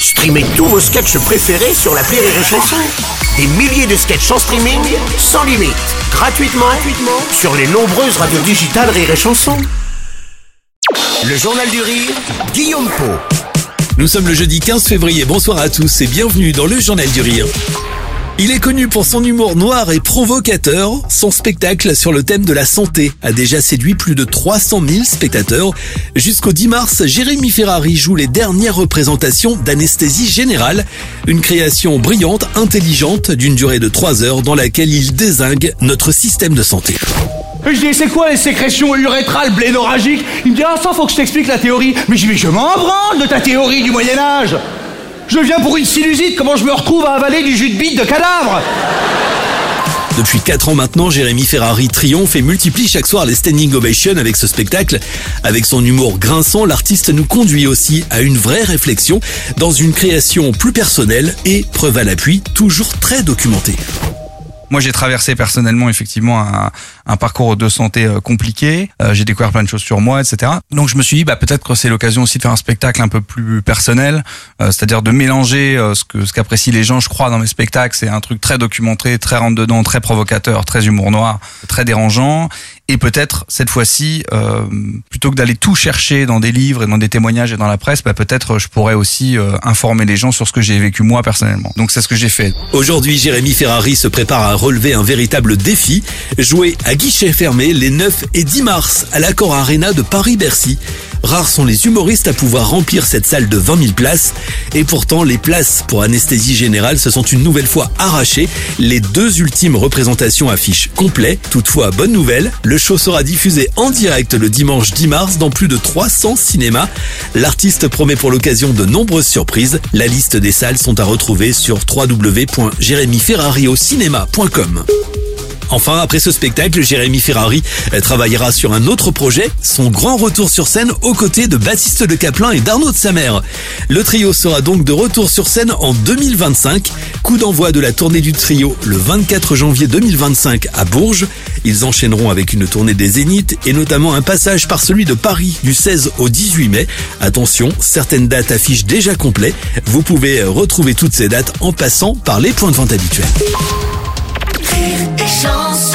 Streamez tous vos sketchs préférés sur l'appli Rire et Chanson. Des milliers de sketchs en streaming, sans limite, gratuitement sur les nombreuses radios digitales Rire et Chanson. Le Journal du Rire, Guillaume Pau. Nous sommes le jeudi 15 février, bonsoir à tous et bienvenue dans le Journal du Rire. Il est connu pour son humour noir et provocateur. Son spectacle sur le thème de la santé a déjà séduit plus de 300 000 spectateurs. Jusqu'au 10 mars, Jérémy Ferrari joue les dernières représentations d'Anesthésie Générale. Une création brillante, intelligente, d'une durée de 3 heures dans laquelle il dézingue notre système de santé. Je dis, c'est quoi les sécrétions urétrales blénorragiques? Il me dit, ça faut que je t'explique la théorie. Mais je dis, je m'en branle de ta théorie du Moyen-Âge. Je viens pour une sinusite, comment je me retrouve à avaler du jus de bite de cadavre? Depuis 4 ans maintenant, Jérémy Ferrari triomphe et multiplie chaque soir les standing ovations avec ce spectacle. Avec son humour grinçant, l'artiste nous conduit aussi à une vraie réflexion dans une création plus personnelle et, preuve à l'appui, toujours très documentée. Moi, j'ai traversé personnellement, effectivement, un parcours de santé compliqué. J'ai découvert plein de choses sur moi, etc. Donc, je me suis dit, peut-être que c'est l'occasion aussi de faire un spectacle un peu plus personnel, c'est-à-dire de mélanger ce qu'apprécient les gens, je crois, dans mes spectacles. C'est un truc très documenté, très rentre-dedans, très provocateur, très humour noir, très dérangeant. Et peut-être, cette fois-ci, plutôt que d'aller tout chercher dans des livres et dans des témoignages et dans la presse, peut-être je pourrais aussi informer les gens sur ce que j'ai vécu moi personnellement. Donc, c'est ce que j'ai fait. Aujourd'hui, Jérémy Ferrari se prépare à relever un véritable défi, jouer à guichet fermé les 9 et 10 mars à l'Accor Arena de Paris-Bercy. Rares sont les humoristes à pouvoir remplir cette salle de 20 000 places. Et pourtant, les places pour Anesthésie Générale se sont une nouvelle fois arrachées. Les 2 ultimes représentations affichent complet. Toutefois, bonne nouvelle, le show sera diffusé en direct le dimanche 10 mars dans plus de 300 cinémas. L'artiste promet pour l'occasion de nombreuses surprises. La liste des salles sont à retrouver sur www.jeremyferrariaucinema.com. Enfin, après ce spectacle, Jérémy Ferrari travaillera sur un autre projet, son grand retour sur scène aux côtés de Baptiste Le Caplin et d'Arnaud de Samer. Le trio sera donc de retour sur scène en 2025. Coup d'envoi de la tournée du trio le 24 janvier 2025 à Bourges. Ils enchaîneront avec une tournée des Zéniths et notamment un passage par celui de Paris du 16 au 18 mai. Attention, certaines dates affichent déjà complet. Vous pouvez retrouver toutes ces dates en passant par les points de vente habituels. Rire et Chanson.